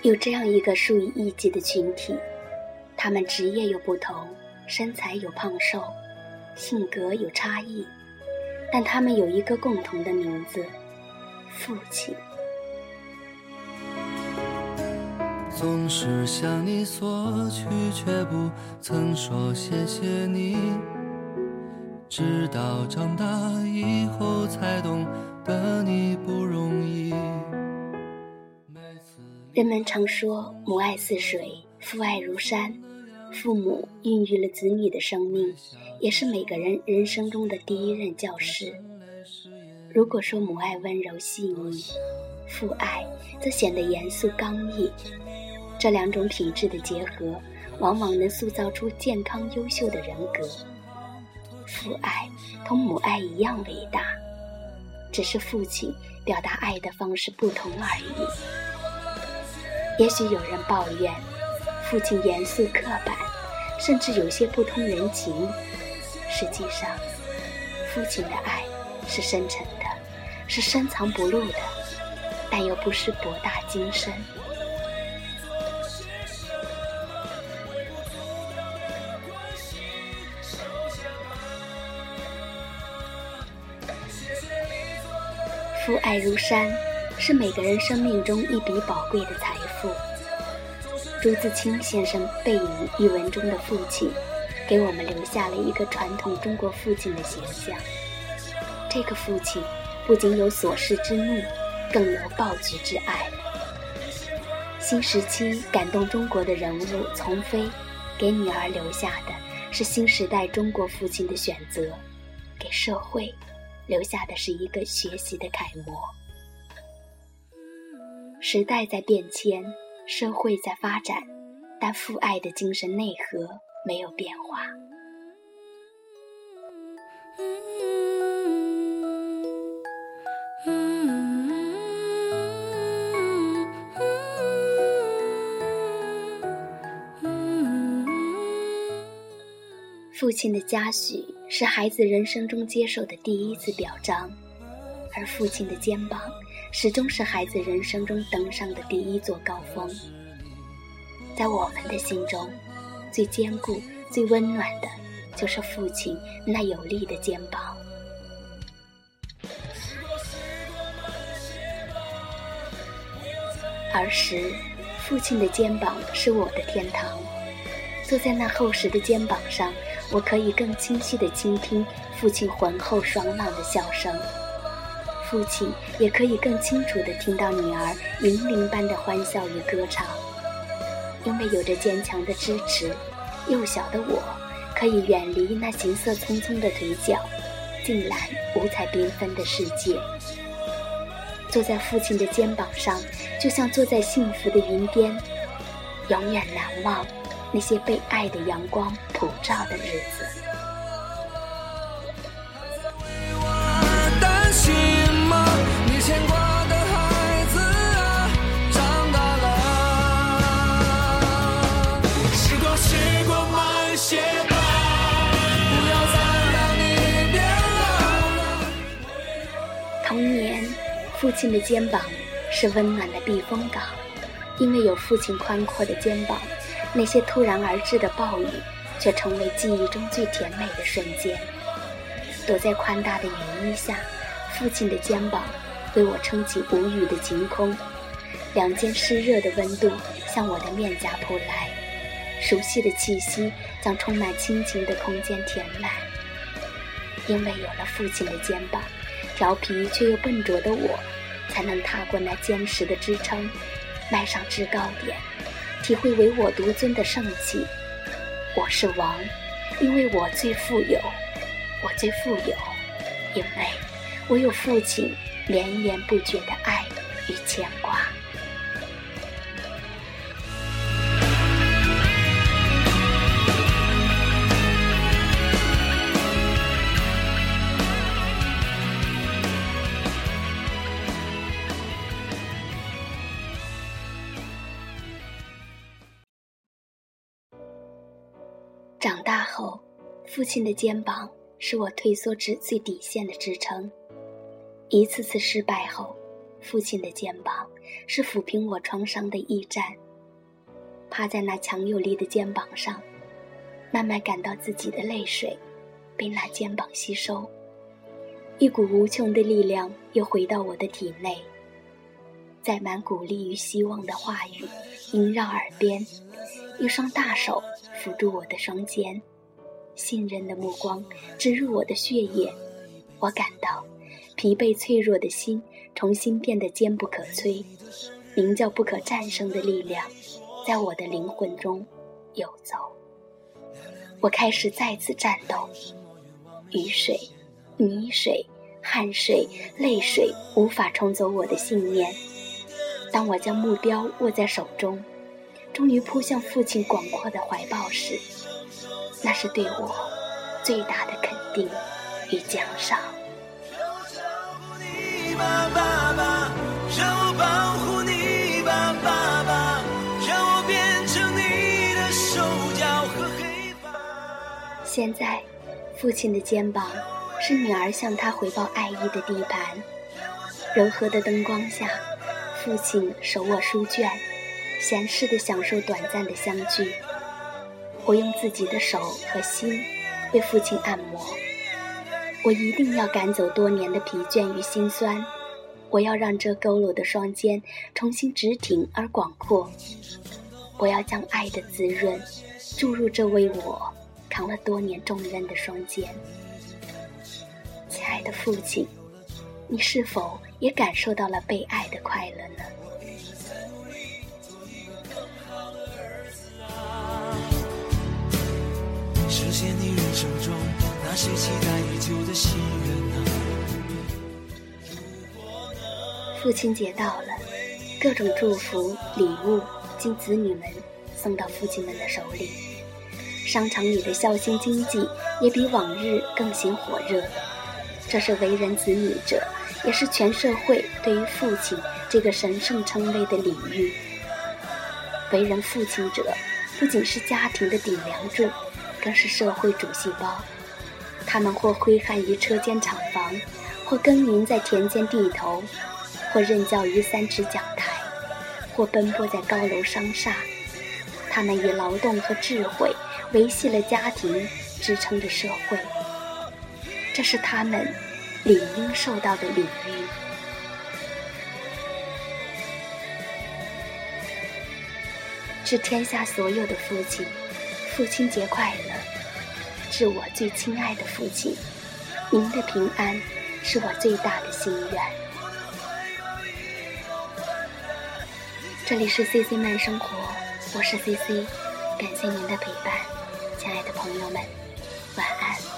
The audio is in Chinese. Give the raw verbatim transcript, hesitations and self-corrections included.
有这样一个数以亿计的群体，他们职业有不同，身材有胖瘦，性格有差异，但他们有一个共同的名字：父亲。 总是向你索取，却不曾说谢谢你，直到长大以后才懂得你不容易。 人们常说母爱似水，父爱如山，父母孕育了子女的生命，也是每个人人生中的第一任教师。如果说母爱温柔细腻，父爱则显得严肃刚毅，这两种品质的结合，往往能塑造出健康优秀的人格。父爱同母爱一样伟大，只是父亲表达爱的方式不同而已。也许有人抱怨父亲严肃刻板，甚至有些不通人情，实际上父亲的爱是深沉的，是深藏不露的，但又不失博大精深。父爱如山，是每个人生命中一笔宝贵的财富。朱自清先生《背影》一文中的父亲，给我们留下了一个传统中国父亲的形象。这个父亲不仅有所事之怒，更有报举之爱。新时期感动中国的人物丛飞，给女儿留下的是新时代中国父亲的选择，给社会留下的是一个学习的楷模。时代在变迁，社会在发展，但父爱的精神内核没有变化。父亲的嘉许是孩子人生中接受的第一次表彰，而父亲的肩膀始终是孩子人生中登上的第一座高峰。在我们的心中，最坚固、最温暖的，就是父亲那有力的肩膀。儿时，父亲的肩膀是我的天堂。坐在那厚实的肩膀上，我可以更清晰地倾听父亲浑厚爽朗的笑声，父亲也可以更清楚地听到女儿银铃般的欢笑与歌唱。因为有着坚强的支持，幼小的我可以远离那行色匆匆的腿脚，尽览五彩缤纷的世界。坐在父亲的肩膀上，就像坐在幸福的云巅，永远难忘那些被爱的阳光普照的日子。童年，父亲的肩膀是温暖的避风港，因为有父亲宽阔的肩膀，那些突然而至的暴雨却成为记忆中最甜美的瞬间。躲在宽大的雨衣下，父亲的肩膀为我撑起无语的晴空，两肩湿热的温度向我的面颊扑来，熟悉的气息将充满亲情的空间填满。因为有了父亲的肩膀，调皮却又笨拙的我才能踏过那坚实的支撑，迈上制高点，体会唯我独尊的盛气。我是王，因为我最富有；我最富有，因为我有父亲连绵不绝的爱与牵挂。长大后，父亲的肩膀是我退缩至最底线的支撑。一次次失败后， 父亲的肩膀是抚平我创伤的驿站。趴在那强有力的肩膀上，慢慢感到自己的泪水被那肩膀吸收，一股无穷的力量又回到我的体内。载满鼓励与希望的话语萦绕耳边，一双大手扶住我的双肩，信任的目光植入我的血液。我感到疲惫脆弱的心重新变得坚不可摧，名叫不可战胜的力量在我的灵魂中游走。我开始再次战斗，雨水、泥水、汗水、泪水无法冲走我的信念。当我将目标握在手中，终于扑向父亲广阔的怀抱时，那是对我最大的肯定与奖赏。 爸爸，让我保护你吧，爸爸，让我变成你的手脚和黑发。 现在，父亲的肩膀是女儿向他回报爱意的地盘。柔和的灯光下，父亲手握书卷，闲适地享受短暂的相聚。我用自己的手和心为父亲按摩。我一定要赶走多年的疲倦与心酸，我要让这佝偻的双肩重新直挺而广阔。我要将爱的滋润注入这为我扛了多年重任的双肩。亲爱的父亲，你是否也感受到了被爱的快乐呢？ 实现你人生中那些期待已久的心愿啊。 父亲节到了，各种祝福礼物经子女们送到父亲们的手里，商场里的孝心经济也比往日更显火热。这是为人子女者，也是全社会对于父亲这个神圣称谓的礼遇。为人父亲者，不仅是家庭的顶梁柱，更是社会主细胞。他们或挥汗于车间厂房，或耕耘在田间地头，或任教于三尺讲台，或奔波在高楼商厦。他们以劳动和智慧维系了家庭，支撑着社会。这是他们理应受到的礼遇。致天下所有的父亲，父亲节快乐！致我最亲爱的父亲，您的平安是我最大的心愿。这里是 C C 慢生活，我是 C C， 感谢您的陪伴，亲爱的朋友们，晚安。